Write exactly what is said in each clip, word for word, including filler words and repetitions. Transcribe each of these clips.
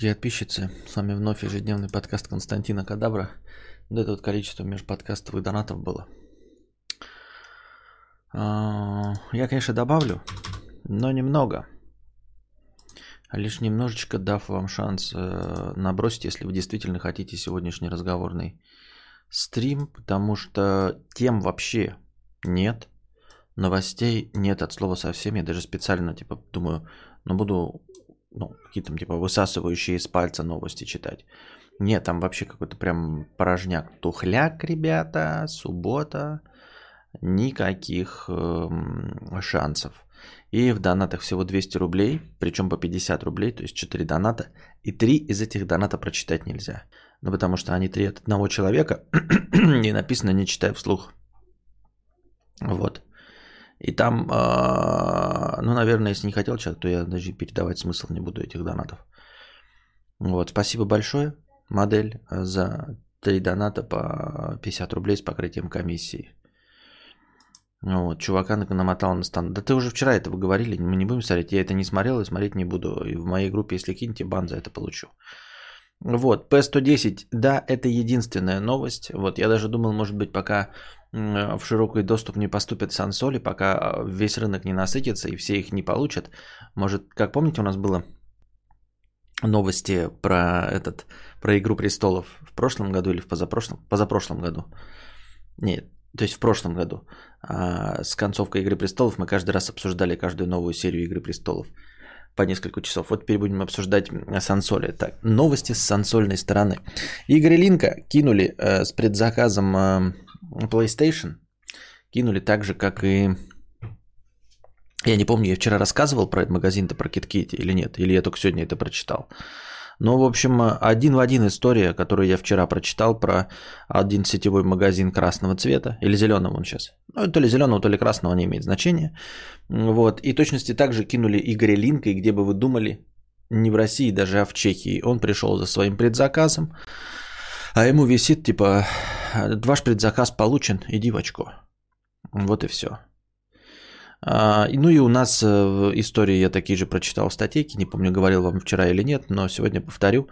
Дорогие подписчицы, с вами вновь ежедневный подкаст Константина Кадавра. Вот это вот количество межподкастовых донатов было. Я, конечно, добавлю, но немного. Лишь немножечко дав вам шанс набросить, если вы действительно хотите сегодняшний разговорный стрим, потому что тем вообще нет. Новостей нет от слова совсем. Я даже специально типа думаю, ну буду... Ну, какие там типа высасывающие из пальца новости читать. Нет, там вообще какой-то прям порожняк. Тухляк, ребята, суббота. Никаких э, шансов. И в донатах всего двести рублей, причем по пятьдесят рублей, то есть четыре доната. И три из этих доната прочитать нельзя. Ну, потому что они три от одного человека. И написано «не читай вслух». Вот. И там, ну, наверное, если не хотел человек, то я даже передавать смысл не буду этих донатов. Вот, спасибо большое, модель, за три доната по пятьдесят рублей с покрытием комиссии. Вот, чувака намотал на стан. Да ты уже вчера этого говорили, мы не будем смотреть. Я это не смотрел и смотреть не буду. И в моей группе, если кинете, бан за это получу. Вот, пэ сто десять, да, это единственная новость. Вот, я даже думал, может быть, пока в широкий доступ не поступят сансоли, пока весь рынок не насытится и все их не получат. Может, как помните, у нас было новости про этот, про «Игру престолов» в прошлом году или в позапрошлом? Позапрошлом году. Нет, то есть в прошлом году. А с концовкой «Игры престолов» мы каждый раз обсуждали каждую новую серию «Игры престолов» по несколько часов. Вот теперь будем обсуждать сансоли. Так, новости с сансольной стороны. Игорь и Линка кинули э, с предзаказом э, PlayStation. Кинули так же, как и... Я не помню, я вчера рассказывал про этот магазин-то, про KitKat или нет. Или я только сегодня это прочитал. Но, в общем, один в один история, которую я вчера прочитал про один сетевой магазин красного цвета. Или зеленого он сейчас. Ну, то ли зеленого, то ли красного, не имеет значения. Вот. И точности также кинули Игоря Линка. И где бы вы думали, не в России даже, а в Чехии. Он пришел за своим предзаказом. А ему висит, типа, ваш предзаказ получен, иди в очко. Вот и все. Ну и у нас в истории я такие же прочитал в статейке, не помню, говорил вам вчера или нет, но сегодня повторю,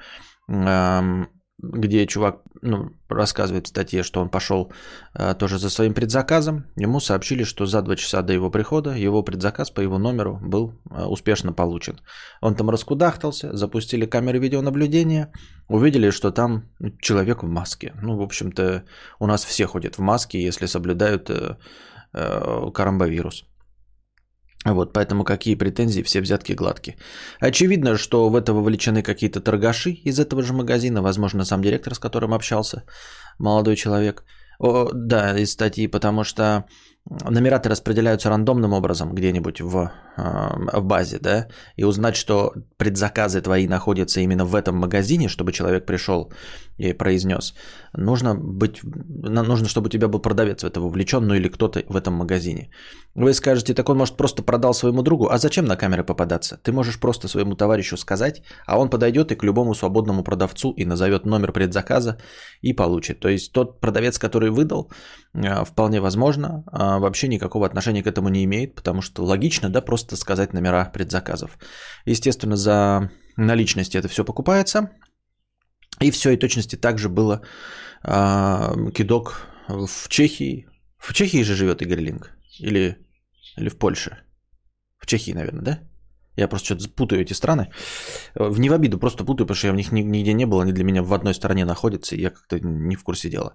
где чувак ну, рассказывает в статье, что он пошел тоже за своим предзаказом. Ему сообщили, что за два часа до его прихода его предзаказ по его номеру был успешно получен. Он там раскудахтался, запустили камеры видеонаблюдения, увидели, что там человек в маске. Ну, в общем-то, у нас все ходят в маске, если соблюдают коронавирус. Вот, поэтому какие претензии, все взятки гладкие. Очевидно, что в это вовлечены какие-то торгаши из этого же магазина, возможно, сам директор, с которым общался, молодой человек. О, да, из статьи, потому что номера-то распределяются рандомным образом где-нибудь в, в базе, да, и узнать, что предзаказы твои находятся именно в этом магазине, чтобы человек пришел и произнес, нужно быть, нужно, чтобы у тебя был продавец в это вовлечен, ну или кто-то в этом магазине. Вы скажете, так он, может, просто продал своему другу, а зачем на камеры попадаться? Ты можешь просто своему товарищу сказать, а он подойдет и к любому свободному продавцу и назовет номер предзаказа и получит. То есть тот продавец, который выдал, вполне возможно, вообще никакого отношения к этому не имеет, потому что логично, да, просто сказать номера предзаказов. Естественно, за наличности это все покупается. И все, и точности также было э, кидок в Чехии. В Чехии же живет Игорь Линк? Или, или в Польше? В Чехии, наверное, да? Я просто что-то путаю эти страны. В не в обиду, просто путаю, потому что я в них нигде не был. Они для меня в одной стране находятся, и я как-то не в курсе дела.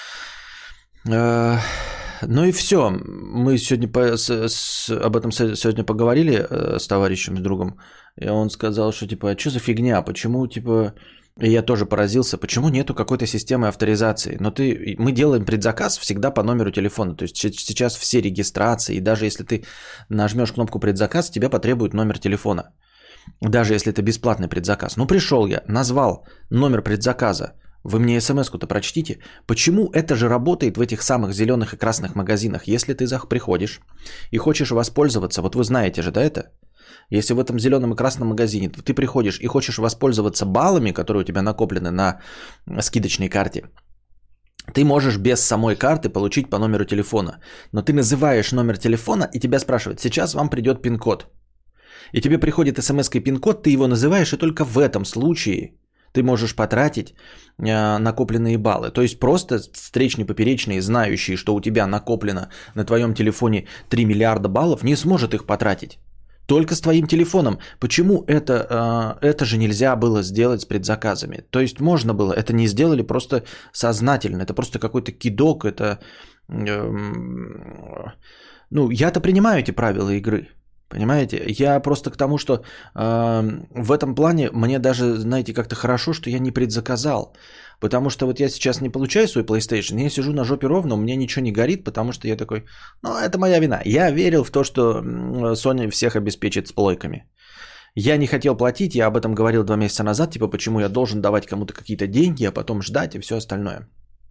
Э, ну и все. Мы сегодня по, с, с, об этом сегодня поговорили э, с товарищем, с другом. И он сказал, что типа, а что за фигня? Почему, типа... И я тоже поразился, почему нету какой-то системы авторизации. Но ты, мы делаем предзаказ всегда по номеру телефона. То есть сейчас все регистрации, и даже если ты нажмешь кнопку предзаказ, тебя потребует номер телефона. Даже если это бесплатный предзаказ. Ну пришел я, назвал номер предзаказа. Вы мне смс-ку-то прочтите. Почему это же работает в этих самых зеленых и красных магазинах? Если ты приходишь и хочешь воспользоваться, вот вы знаете же, да, это? Если в этом зеленом и красном магазине ты приходишь и хочешь воспользоваться баллами, которые у тебя накоплены на скидочной карте, ты можешь без самой карты получить по номеру телефона. Но ты называешь номер телефона, и тебя спрашивают, сейчас вам придет пин-код. И тебе приходит смс-кой пин-код, ты его называешь, и только в этом случае ты можешь потратить э, накопленные баллы. То есть просто встречные, поперечные, знающие, что у тебя накоплено на твоем телефоне три миллиарда баллов, не сможет их потратить. Только с твоим телефоном. Почему это, э, это же нельзя было сделать с предзаказами? То есть можно было, это не сделали просто сознательно. Это просто какой-то кидок. Это, э, ну, я-то принимаю эти правила игры. Понимаете? Я просто к тому, что э, в этом плане мне даже, знаете, как-то хорошо, что я не предзаказал. Потому что вот я сейчас не получаю свой PlayStation, я сижу на жопе ровно, у меня ничего не горит, потому что я такой, ну, это моя вина. Я верил в то, что Sony всех обеспечит с плойками. Я не хотел платить, я об этом говорил два месяца назад, типа, почему я должен давать кому-то какие-то деньги, а потом ждать и все остальное.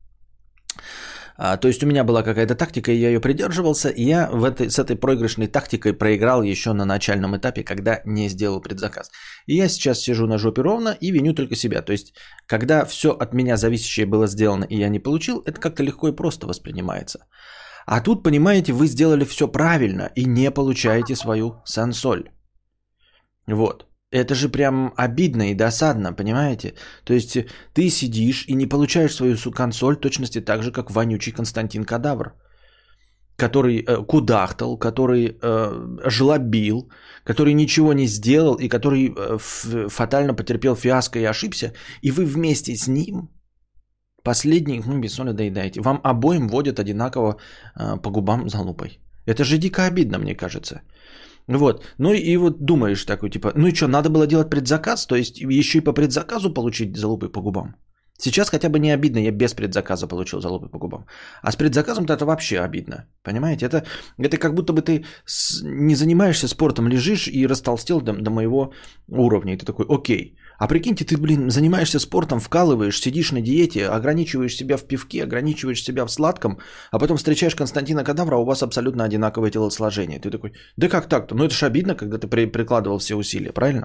А, то есть у меня была какая-то тактика, и я ее придерживался, и я в этой, с этой проигрышной тактикой проиграл еще на начальном этапе, когда не сделал предзаказ. И я сейчас сижу на жопе ровно и виню только себя. То есть, когда все от меня зависящее было сделано, и я не получил, это как-то легко и просто воспринимается. А тут, понимаете, вы сделали все правильно и не получаете свою сансоль. Вот. Это же прям обидно и досадно, понимаете? То есть ты сидишь и не получаешь свою консоль точности так же, как вонючий Константин Кадавр, который э, кудахтал, который э, жлобил, который ничего не сделал и который э, ф- фатально потерпел фиаско и ошибся, и вы вместе с ним последний, ну, без соли доедаете. Вам обоим водят одинаково э, по губам залупой. Это же дико обидно, мне кажется. Вот, ну и вот думаешь такой, типа, ну и что, надо было делать предзаказ, то есть еще и по предзаказу получить залупы по губам. Сейчас хотя бы не обидно, я без предзаказа получил залупы по губам. А с предзаказом-то это вообще обидно, понимаете? Это, это как будто бы ты с, не занимаешься спортом, лежишь и растолстел до, до моего уровня. И ты такой, окей. А прикиньте, ты, блин, занимаешься спортом, вкалываешь, сидишь на диете, ограничиваешь себя в пивке, ограничиваешь себя в сладком, а потом встречаешь Константина Кадавра, а у вас абсолютно одинаковое телосложение. Ты такой, да как так-то? Ну это ж обидно, когда ты при, прикладывал все усилия, правильно?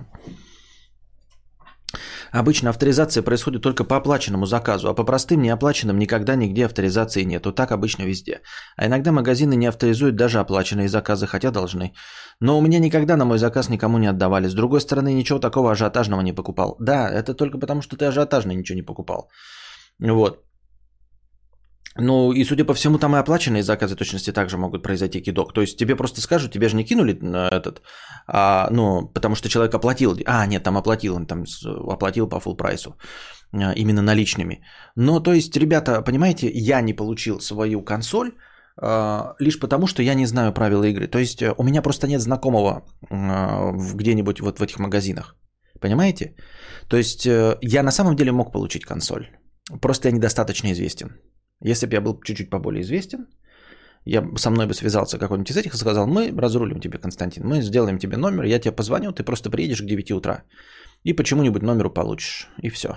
Обычно авторизация происходит только по оплаченному заказу, а по простым неоплаченным никогда нигде авторизации нету. Так обычно везде. А иногда магазины не авторизуют даже оплаченные заказы, хотя должны. Но у меня никогда на мой заказ никому не отдавали. С другой стороны, ничего такого ажиотажного не покупал. Да, это только потому, что ты ажиотажно ничего не покупал. Вот. Ну и, судя по всему, там и оплаченные заказы точности также могут произойти, кидок. То есть тебе просто скажут, тебе же не кинули на этот, а, ну, потому что человек оплатил. А, нет, там оплатил, он там оплатил по full прайсу, именно наличными. Но, то есть, ребята, понимаете, я не получил свою консоль а, лишь потому, что я не знаю правила игры. То есть у меня просто нет знакомого а, где-нибудь вот в этих магазинах. Понимаете? То есть я на самом деле мог получить консоль. Просто я недостаточно известен. Если бы я был чуть-чуть поболее известен, я со мной бы связался какой-нибудь из этих и сказал, мы разрулим тебе, Константин, мы сделаем тебе номер, я тебе позвоню, ты просто приедешь к девяти утра и почему-нибудь номеру получишь, и все.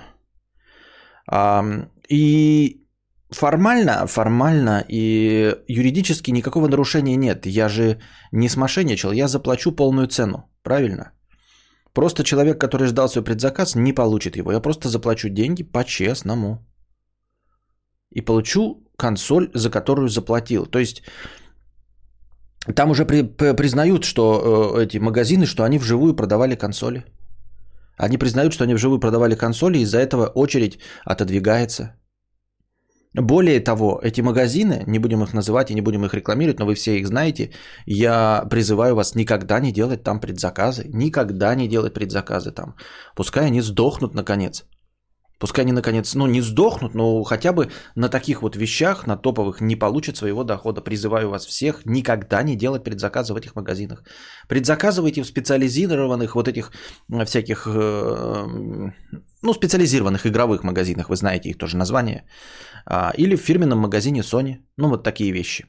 И формально, формально и юридически никакого нарушения нет. Я же не смошенничал, я заплачу полную цену, правильно? Просто человек, который ждал свой предзаказ, не получит его. Я просто заплачу деньги по-честному. И получу консоль, за которую заплатил. То есть там уже при, признают, что э, эти магазины, что они вживую продавали консоли. Они признают, что они вживую продавали консоли, и из-за этого очередь отодвигается. Более того, эти магазины, не будем их называть и не будем их рекламировать, но вы все их знаете, я призываю вас никогда не делать там предзаказы. Никогда не делать предзаказы там. Пускай они сдохнут наконец. Пускай они, наконец, ну, не сдохнут, но хотя бы на таких вот вещах, на топовых, не получат своего дохода. Призываю вас всех никогда не делать предзаказы в этих магазинах. Предзаказывайте в специализированных вот этих всяких, ну, специализированных игровых магазинах, вы знаете их тоже название. Или в фирменном магазине Sony. Ну, вот такие вещи.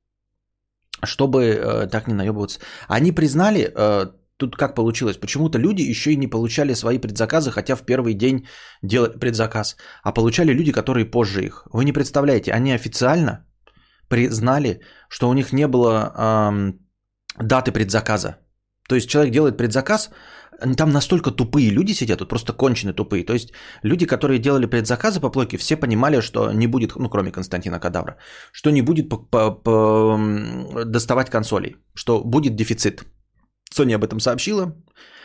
Чтобы так не наебываться. Они признали... Тут как получилось? Почему-то люди еще и не получали свои предзаказы, хотя в первый день делали предзаказ, а получали люди, которые позже их. Вы не представляете, они официально признали, что у них не было эм, даты предзаказа. То есть человек делает предзаказ, там настолько тупые люди сидят, тут просто конченые тупые. То есть люди, которые делали предзаказы по плойке, все понимали, что не будет, ну кроме Константина Кадавра, что не будет по- по- по- доставать консолей, что будет дефицит. Sony об этом сообщила.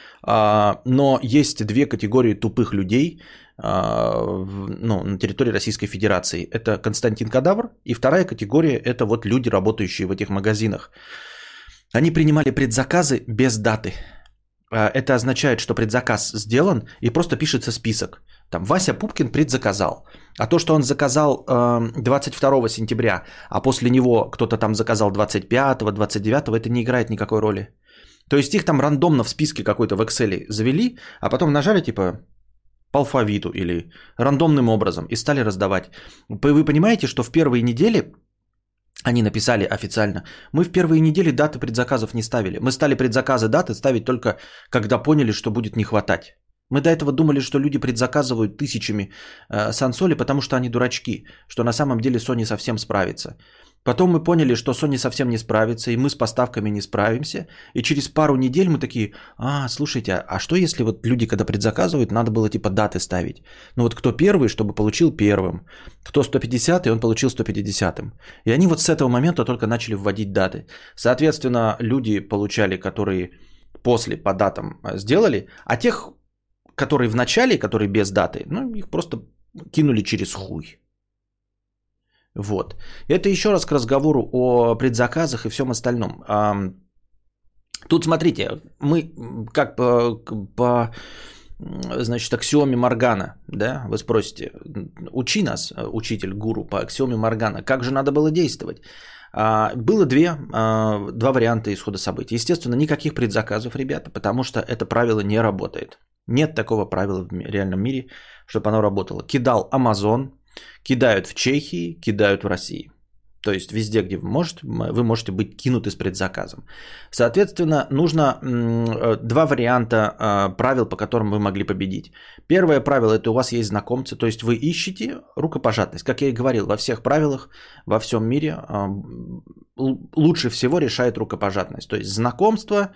Но есть две категории тупых людей ну, на территории Российской Федерации. Это Константин Кадавр. И вторая категория – это вот люди, работающие в этих магазинах. Они принимали предзаказы без даты. Это означает, что предзаказ сделан и просто пишется список. Там Вася Пупкин предзаказал. А то, что он заказал двадцать второго сентября, а после него кто-то там заказал двадцать пятого, двадцать девятого, это не играет никакой роли. То есть их там рандомно в списке какой-то в Excel завели, а потом нажали типа по алфавиту или рандомным образом и стали раздавать. Вы понимаете, что в первые недели они написали официально, мы в первые недели даты предзаказов не ставили. Мы стали предзаказы даты ставить только когда поняли, что будет не хватать. Мы до этого думали, что люди предзаказывают тысячами э, сансоли, потому что они дурачки, что на самом деле Sony совсем справится. Потом мы поняли, что Sony совсем не справится, и мы с поставками не справимся. И через пару недель мы такие, а, слушайте, а что если вот люди, когда предзаказывают, надо было типа даты ставить? Ну вот кто первый, чтобы получил первым. Кто сто пятидесятый, он получил сто пятидесятым. И они вот с этого момента только начали вводить даты. Соответственно, люди получали, которые после по датам сделали, а тех, которые в начале, которые без даты, ну их просто кинули через хуй. Вот. Это еще раз к разговору о предзаказах и всем остальном. Тут смотрите, мы как по, по значит, аксиоме Моргана, да, вы спросите, учи нас, учитель, гуру, по аксиоме Моргана, как же надо было действовать? Было две, два варианта исхода событий. Естественно, никаких предзаказов, ребята, потому что это правило не работает. Нет такого правила в реальном мире, чтобы оно работало. Кидал Amazon, кидают в Чехии, кидают в России. То есть везде, где вы можете, вы можете быть кинуты с предзаказом. Соответственно, нужно два варианта правил, по которым вы могли победить. Первое правило – это у вас есть знакомцы, то есть вы ищете рукопожатность. Как я и говорил, во всех правилах, во всем мире лучше всего решает рукопожатность. То есть знакомство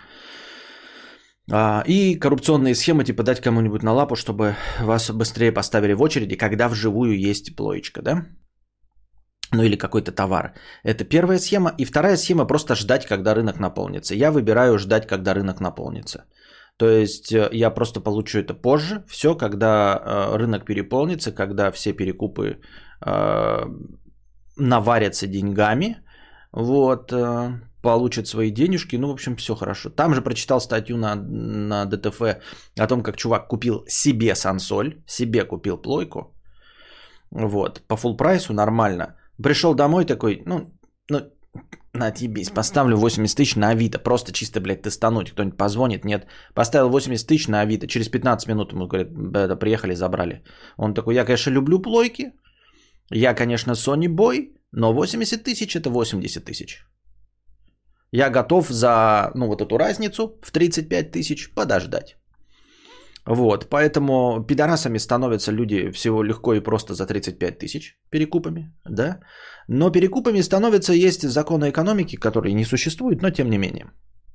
и коррупционные схемы, типа дать кому-нибудь на лапу, чтобы вас быстрее поставили в очереди, когда вживую есть плоечка, да? Ну или какой-то товар. Это первая схема. И вторая схема – просто ждать, когда рынок наполнится. Я выбираю ждать, когда рынок наполнится. То есть я просто получу это позже. Все, когда рынок переполнится, когда все перекупы э, наварятся деньгами, вот, э, получат свои денежки. Ну, в общем, все хорошо. Там же прочитал статью на, на ДТФ о том, как чувак купил себе сансоль, себе купил плойку. Вот, по фулл прайсу нормально. Пришел домой такой, ну, ну, на тебе, поставлю восемьдесят тысяч на Авито, просто чисто, блядь, тестануть, кто-нибудь позвонит, нет, поставил восемьдесят тысяч на Авито, через пятнадцать минут ему говорят, да, приехали, забрали. Он такой, я, конечно, люблю плойки, я, конечно, Sony Boy, но восемьдесят тысяч это восемьдесят тысяч. Я готов за, ну, вот эту разницу в тридцать пять тысяч подождать. Вот, поэтому пидорасами становятся люди всего легко и просто за тридцать пять тысяч перекупами, да. Но перекупами становятся, есть законы экономики, которые не существуют, но тем не менее.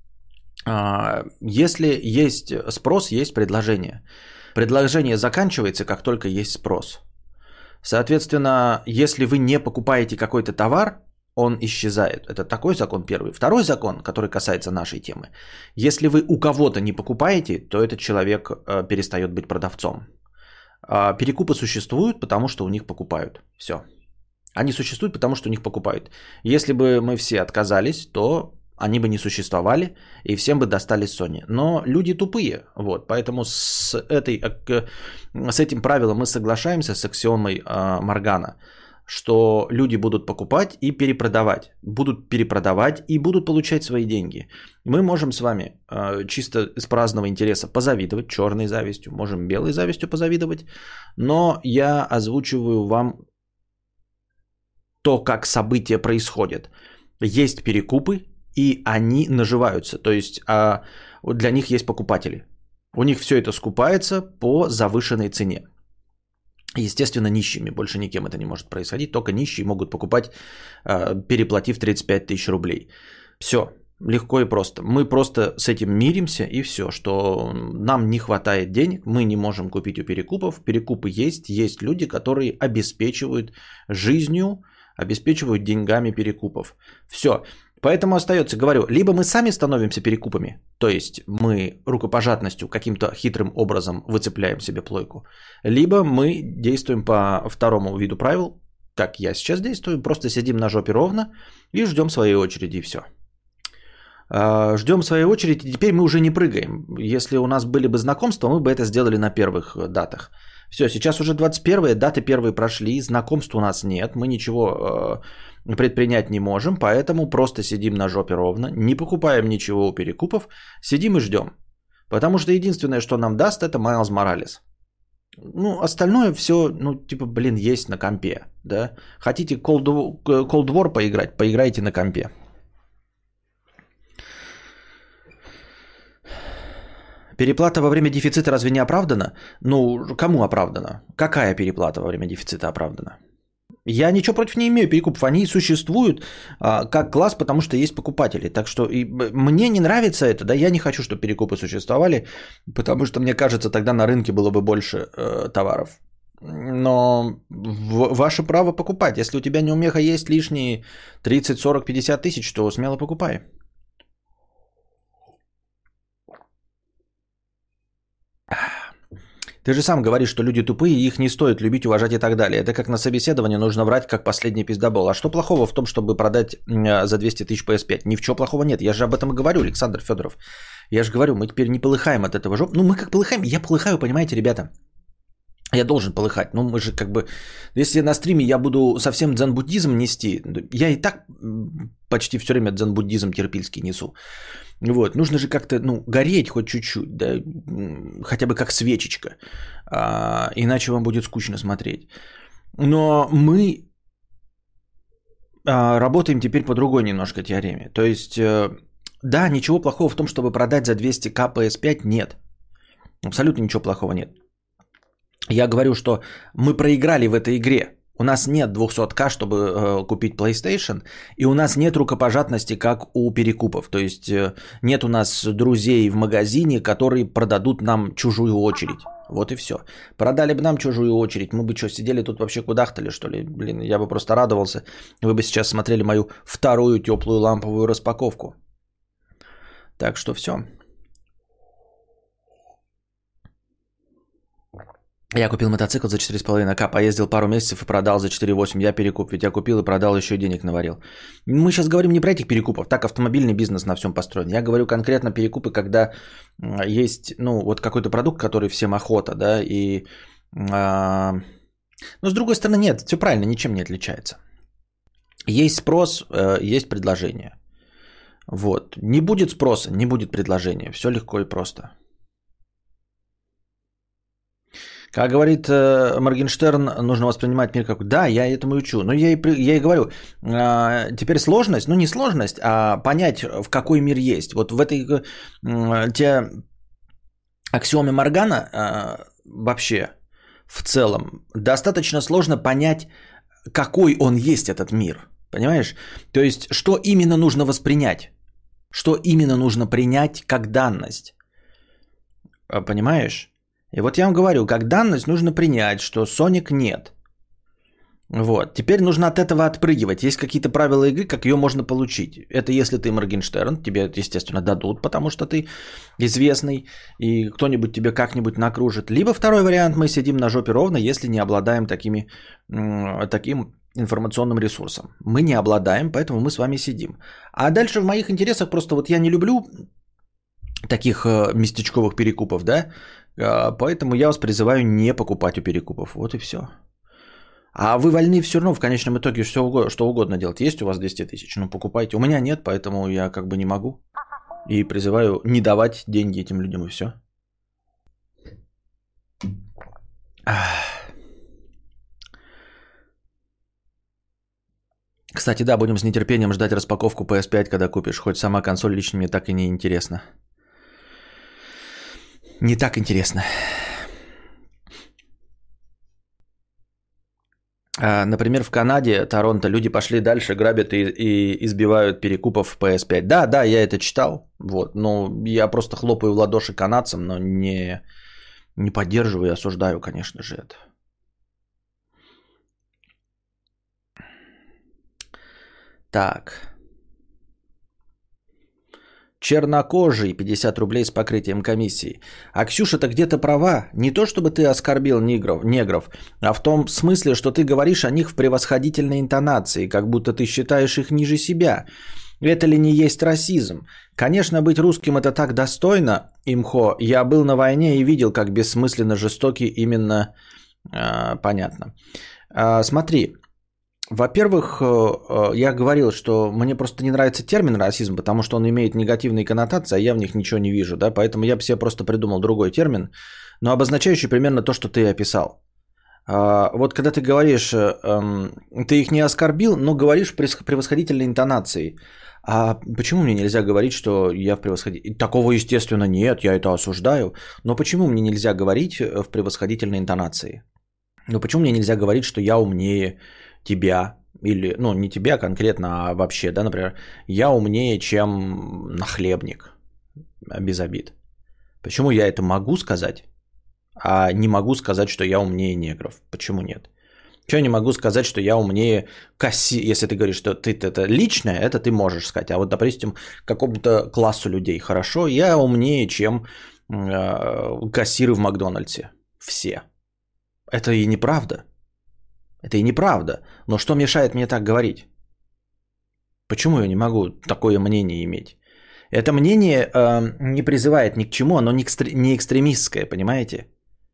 Если есть спрос, есть предложение. Предложение заканчивается, как только есть спрос. Соответственно, если вы не покупаете какой-то товар, он исчезает. Это такой закон первый. Второй закон, который касается нашей темы. Если вы у кого-то не покупаете, то этот человек перестает быть продавцом. Перекупы существуют, потому что у них покупают. Все. Они существуют, потому что у них покупают. Если бы мы все отказались, то они бы не существовали, и всем бы достались Sony. Но люди тупые. Вот. Поэтому с, этой, с этим правилом мы соглашаемся, с аксиомой Моргана, что люди будут покупать и перепродавать. Будут перепродавать и будут получать свои деньги. Мы можем с вами э, чисто из праздного интереса позавидовать черной завистью, можем белой завистью позавидовать, но я озвучиваю вам то, как события происходят. Есть перекупы, и они наживаются. То есть э, для них есть покупатели. У них все это скупается по завышенной цене. Естественно, нищими. Больше никем это не может происходить. Только нищие могут покупать, переплатив тридцать пять тысяч рублей. Все. Легко и просто. Мы просто с этим миримся и все. Что нам не хватает денег. Мы не можем купить у перекупов. Перекупы есть. Есть люди, которые обеспечивают жизнью, обеспечивают деньгами перекупов. Все. Поэтому остается, говорю, либо мы сами становимся перекупами, то есть мы рукопожатностью каким-то хитрым образом выцепляем себе плойку, либо мы действуем по второму виду правил, как я сейчас действую, просто сидим на жопе ровно и ждем своей очереди, и все. Ждем своей очереди, и теперь мы уже не прыгаем. Если у нас были бы знакомства, мы бы это сделали на первых датах. Все, сейчас уже двадцать первое, даты первые прошли, знакомств у нас нет, мы ничего э, предпринять не можем, поэтому просто сидим на жопе ровно, не покупаем ничего у перекупов, сидим и ждем. Потому что единственное, что нам даст, это Майлз Моралес. Ну, остальное все, ну, типа, блин, есть на компе, да. Хотите Cold War поиграть, поиграйте на компе. Переплата во время дефицита разве не оправдана? Ну, кому оправдана? Какая переплата во время дефицита оправдана? Я ничего против не имею перекупов. Они существуют а, как класс, потому что есть покупатели. Так что и, мне не нравится это. Да, я не хочу, чтобы перекупы существовали, потому что, мне кажется, тогда на рынке было бы больше э, товаров. Но в, ваше право покупать. Если у тебя неумеха есть лишние тридцать, сорок, пятьдесят тысяч, то смело покупай. Ты же сам говоришь, что люди тупые, их не стоит любить, уважать и так далее. Это как на собеседовании нужно врать, как последний пиздобол. А что плохого в том, чтобы продать за двести тысяч пи эс пять? Ничего плохого нет. Я же об этом и говорю, Александр Федоров. Я же говорю, мы теперь не полыхаем от этого жоп. Ну, мы как полыхаем? Я полыхаю, понимаете, ребята? Я должен полыхать. Ну, мы же как бы... Если на стриме я буду совсем дзен-буддизм нести, я и так почти все время дзен-буддизм терпильский несу. Вот, нужно же как-то, ну, гореть хоть чуть-чуть, да, хотя бы как свечечка, а, иначе вам будет скучно смотреть. Но мы а, работаем теперь по другой немножко теореме. То есть, да, ничего плохого в том, чтобы продать за двести тысяч пи эс пять, нет. Абсолютно ничего плохого нет. Я говорю, что мы проиграли в этой игре. У нас нет двести тысяч, чтобы э, купить PlayStation, и у нас нет рукопожатности, как у перекупов. То есть э, нет у нас друзей в магазине, которые продадут нам чужую очередь. Вот и все. Продали бы нам чужую очередь, мы бы что, сидели тут вообще кудахтали, что ли? Блин, я бы просто радовался. Вы бы сейчас смотрели мою вторую теплую ламповую распаковку. Так что все. Я купил мотоцикл за четыре с половиной тысячи, поездил пару месяцев и продал за четыре восемь. Я перекуп, ведь я купил и продал, еще и денег наварил. Мы сейчас говорим не про этих перекупов, так автомобильный бизнес на всем построен. Я говорю конкретно перекупы, когда есть, ну, вот какой-то продукт, который всем охота, да, и... А... Но с другой стороны, нет, все правильно, ничем не отличается. Есть спрос, есть предложение. Вот. Не будет спроса, не будет предложения. Все легко и просто. Как говорит э, Моргенштерн, нужно воспринимать мир как... Да, я этому и учу. Но я и, я и говорю, э, теперь сложность, ну не сложность, а понять, в какой мир есть. Вот в этой э, те аксиоме Моргана э, вообще в целом достаточно сложно понять, какой он есть этот мир. Понимаешь? То есть, что именно нужно воспринять? Что именно нужно принять как данность? Понимаешь? И вот я вам говорю, как данность нужно принять, что Sonic нет. Вот. Теперь нужно от этого отпрыгивать. Есть какие-то правила игры, как ее можно получить. Это если ты Моргенштерн, тебе, естественно, дадут, потому что ты известный, и кто-нибудь тебе как-нибудь накружит. Либо второй вариант, мы сидим на жопе ровно, если не обладаем такими, таким информационным ресурсом. Мы не обладаем, поэтому мы с вами сидим. А дальше в моих интересах просто вот я не люблю таких местечковых перекупов, да, поэтому я вас призываю не покупать у перекупов. Вот и все. А вы вольны все равно в конечном итоге все угодно, что угодно делать. Есть у вас двести тысяч, ну покупайте. У меня нет, поэтому я как бы не могу. И призываю не давать деньги этим людям и все. Кстати, да, будем с нетерпением ждать распаковку пи эс пять, когда купишь. Хоть сама консоль лично мне так и не интересна. Не так интересно. А, например, в Канаде, Торонто, люди пошли дальше, грабят и, и избивают перекупов в пи эс пять. Да, да, я это читал. Вот, но я просто хлопаю в ладоши канадцам, но не, не поддерживаю и осуждаю, конечно же, это. Так. Чернокожий, пятьдесят рублей с покрытием комиссии. А Ксюша-то где-то права. Не то, чтобы ты оскорбил негров, негров, а в том смысле, что ты говоришь о них в превосходительной интонации, как будто ты считаешь их ниже себя. Это ли не есть расизм? Конечно, быть русским это так достойно, имхо. Я был на войне и видел, как бессмысленно жестоки именно... Э, понятно. Э, смотри. Во-первых, я говорил, что мне просто не нравится термин расизм, потому что он имеет негативные коннотации, а я в них ничего не вижу, да, поэтому я бы себе просто придумал другой термин, но обозначающий примерно то, что ты описал. Вот когда ты говоришь, ты их не оскорбил, но говоришь в превосходительной интонации. А почему мне нельзя говорить, что я в превосходительной... Такого, естественно, нет, я это осуждаю, но почему мне нельзя говорить в превосходительной интонации? Ну почему мне нельзя говорить, что я умнее тебя, или, ну, не тебя конкретно, а вообще, да, например, я умнее, чем нахлебник, без обид. Почему я это могу сказать, а не могу сказать, что я умнее негров? Почему нет? Почему я не могу сказать, что я умнее касси... Если ты говоришь, что ты это личное, это ты можешь сказать. А вот, допустим, какому-то классу людей хорошо, я умнее, чем э, кассиры в Макдональдсе. Все. Это и неправда. Это и неправда. Но что мешает мне так говорить? Почему я не могу такое мнение иметь? Это мнение э, не призывает ни к чему, оно не, экстр... не экстремистское, понимаете?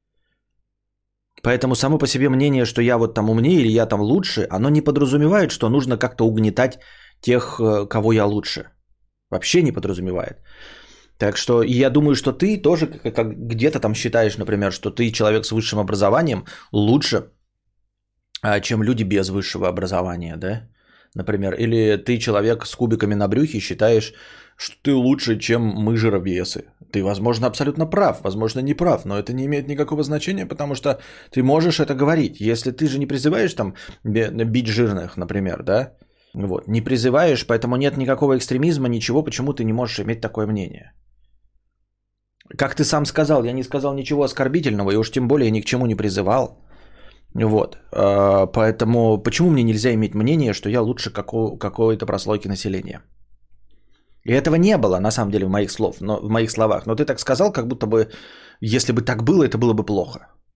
Поэтому само по себе мнение, что я вот там умнее или я там лучше, оно не подразумевает, что нужно как-то угнетать тех, кого я лучше. Вообще не подразумевает. Так что и я думаю, что ты тоже как где-то там считаешь, например, что ты человек с высшим образованием лучше, чем люди без высшего образования, да? Например, или ты человек с кубиками на брюхе считаешь, что ты лучше, чем мы жиробесы. Ты, возможно, абсолютно прав, возможно, не прав, но это не имеет никакого значения, потому что ты можешь это говорить. Если ты же не призываешь там бить жирных, например, да? Вот, не призываешь, поэтому нет никакого экстремизма, ничего, почему ты не можешь иметь такое мнение. Как ты сам сказал, я не сказал ничего оскорбительного, и уж тем более ни к чему не призывал. Вот, поэтому почему мне нельзя иметь мнение, что я лучше какого- какой-то прослойки населения? И этого не было, на самом деле, в моих, слов, но, в моих словах. Но ты так сказал, как будто бы, если бы так было, это было бы плохо.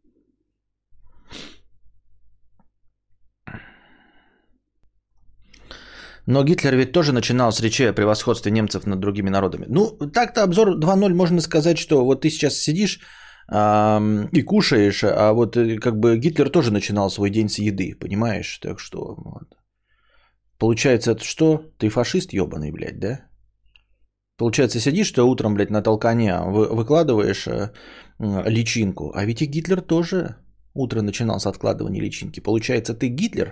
Но Гитлер ведь тоже начинал с речи о превосходстве немцев над другими народами. Ну, так-то обзор два ноль можно сказать, что вот ты сейчас сидишь эм, и кушаешь, а вот как бы Гитлер тоже начинал свой день с еды, понимаешь? Так что, вот. Получается, это что? Ты фашист ебаный, блядь, да? Получается, сидишь ты утром, блядь, на толкане, вы, выкладываешь э, личинку, а ведь и Гитлер тоже утро начинал с откладывания личинки. Получается, ты Гитлер?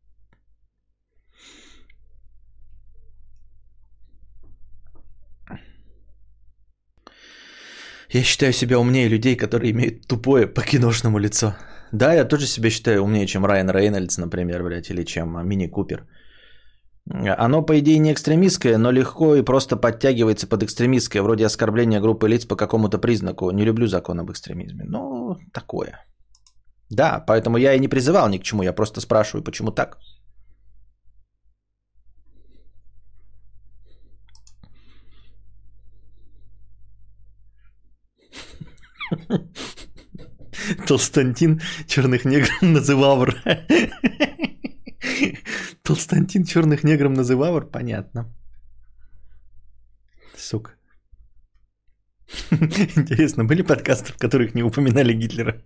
Я считаю себя умнее людей, которые имеют тупое по-киношному лицо. Да, я тоже себя считаю умнее, чем Райан Рейнольдс, например, блядь, или чем Мини Купер. Оно, по идее, не экстремистское, но легко и просто подтягивается под экстремистское, вроде оскорбления группы лиц по какому-то признаку. Не люблю закон об экстремизме. Ну, такое. Да, поэтому я и не призывал ни к чему, я просто спрашиваю, почему так. Толстантин черных негров называл. Толстантин черных негром называл, понятно. Сука. Интересно, были подкасты, в которых не упоминали Гитлера?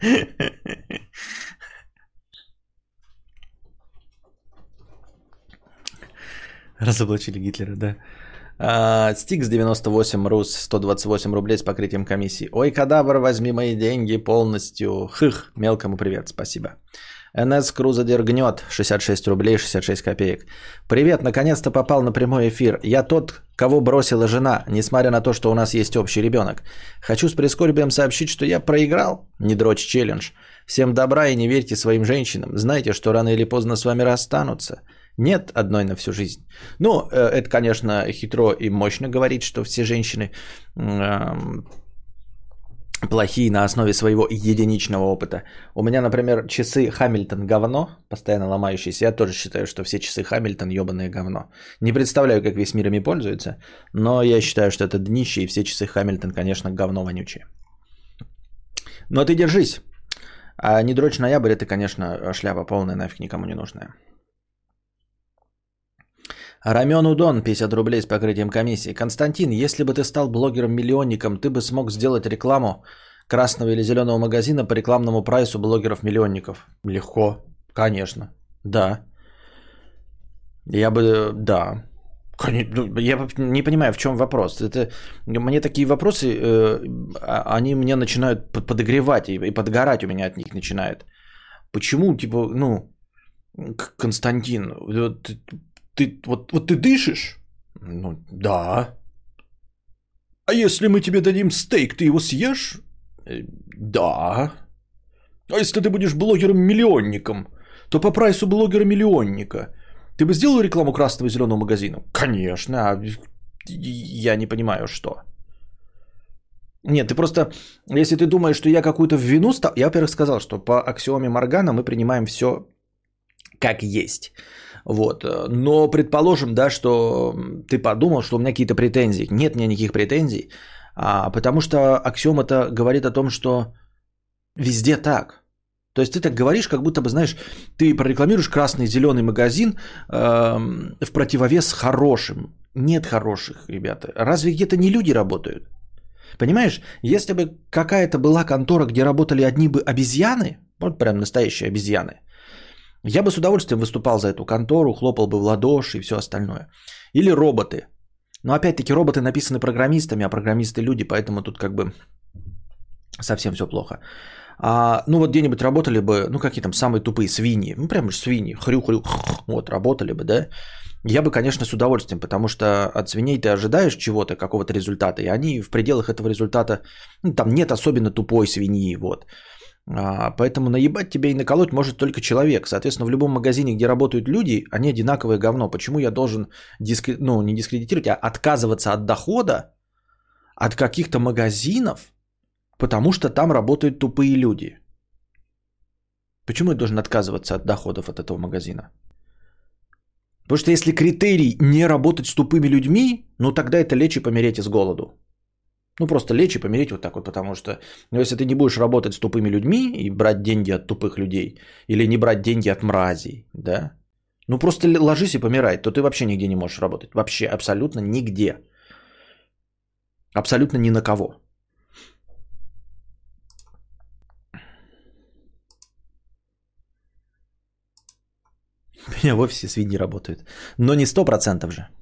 Разоблачили Гитлера, да. А, Стикс девяносто восемь, Рус, сто двадцать восемь рублей с покрытием комиссии. Ой, кадабр, возьми мои деньги полностью. Хых, мелкому привет, спасибо. эн эс Крузадер гнет, шестьдесят шесть рублей, шестьдесят шесть копеек. Привет, наконец-то попал на прямой эфир. Я тот, кого бросила жена, несмотря на то, что у нас есть общий ребенок. Хочу с прискорбием сообщить, что я проиграл. Не дрочь челлендж. Всем добра и не верьте своим женщинам. Знайте, что рано или поздно с вами расстанутся. Нет одной на всю жизнь. Ну, это, конечно, хитро и мощно говорить, что все женщины плохие на основе своего единичного опыта. У меня, например, часы Хамильтон говно, постоянно ломающиеся. Я тоже считаю, что все часы Хамильтон ебаное говно. Не представляю, как весь мир ими пользуется, но я считаю, что это днище, и все часы Хамильтон, конечно, говно вонючее. Но ты держись. А не дрочь ноябрь, это, конечно, шляпа полная, нафиг никому не нужная. Рамен Удон, пятьдесят рублей с покрытием комиссии. Константин, если бы ты стал блогером-миллионником, ты бы смог сделать рекламу красного или зеленого магазина по рекламному прайсу блогеров-миллионников? Легко, конечно, да. Я бы, да. Я не понимаю, в чем вопрос. Это, мне такие вопросы, э, они меня начинают подогревать и, и подгорать у меня от них начинает. Почему, типа, ну, Константин, ты, ты, вот, вот ты дышишь? Ну, да. А если мы тебе дадим стейк, ты его съешь? Да. А если ты будешь блогером-миллионником, то по прайсу блогера-миллионника ты бы сделал рекламу красного и зеленого магазина? Конечно. А я не понимаю, что. Нет, ты просто, если ты думаешь, что я какую-то вину стал... Я, во-первых, сказал, что по аксиоме Моргана мы принимаем все как есть. Вот. Но предположим, да, что ты подумал, что у меня какие-то претензии. Нет у меня никаких претензий. А, потому что аксиома-то говорит о том, что везде так. То есть ты так говоришь, как будто бы, знаешь, ты прорекламируешь красный и зеленый магазин э, в противовес хорошим. Нет хороших, ребята. Разве где-то не люди работают? Понимаешь, если бы какая-то была контора, где работали одни бы обезьяны, вот прям настоящие обезьяны, я бы с удовольствием выступал за эту контору, хлопал бы в ладоши и все остальное. Или роботы. Но опять-таки роботы написаны программистами, а программисты люди, поэтому тут как бы совсем все плохо. А, ну вот где-нибудь работали бы, ну какие там самые тупые свиньи, ну прям свиньи, хрю-хрю, вот работали бы, да. Я бы, конечно, с удовольствием, потому что от свиней ты ожидаешь чего-то, какого-то результата, и они в пределах этого результата, ну там нет особенно тупой свиньи, вот. А, поэтому наебать тебя и наколоть может только человек. Соответственно, в любом магазине, где работают люди, они одинаковое говно. Почему я должен, дискр... ну не дискредитировать, а отказываться от дохода от каких-то магазинов, потому что там работают тупые люди? Почему я должен отказываться от доходов от этого магазина? Потому что если критерий не работать с тупыми людьми, ну тогда это лечь и помереть из голоду. Ну просто лечь и помереть вот так вот, потому что ну, если ты не будешь работать с тупыми людьми и брать деньги от тупых людей, или не брать деньги от мразей, да, ну просто ложись и помирай, то ты вообще нигде не можешь работать. Вообще абсолютно нигде. Абсолютно ни на кого. У меня в офисе свиньи работают. Но не сто процентов же.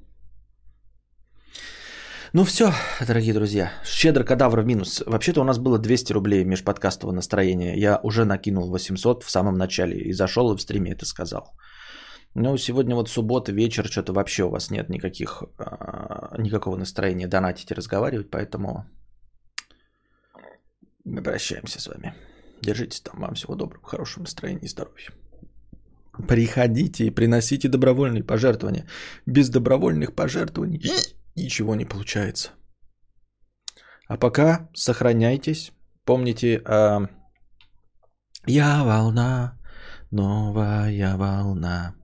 Ну все, дорогие друзья. Щедро кадавр в минус. Вообще-то у нас было двести рублей межподкастового настроения. Я уже накинул восемьсот в самом начале. И зашел и в стриме это сказал. Но сегодня вот суббота, вечер. Что-то вообще у вас нет никаких, никакого настроения донатить и разговаривать. Поэтому мы прощаемся с вами. Держитесь там. Вам всего доброго, хорошего настроения и здоровья. Приходите и приносите добровольные пожертвования. Без добровольных пожертвований ничего не получается. А пока сохраняйтесь. Помните, э, я волна, новая волна.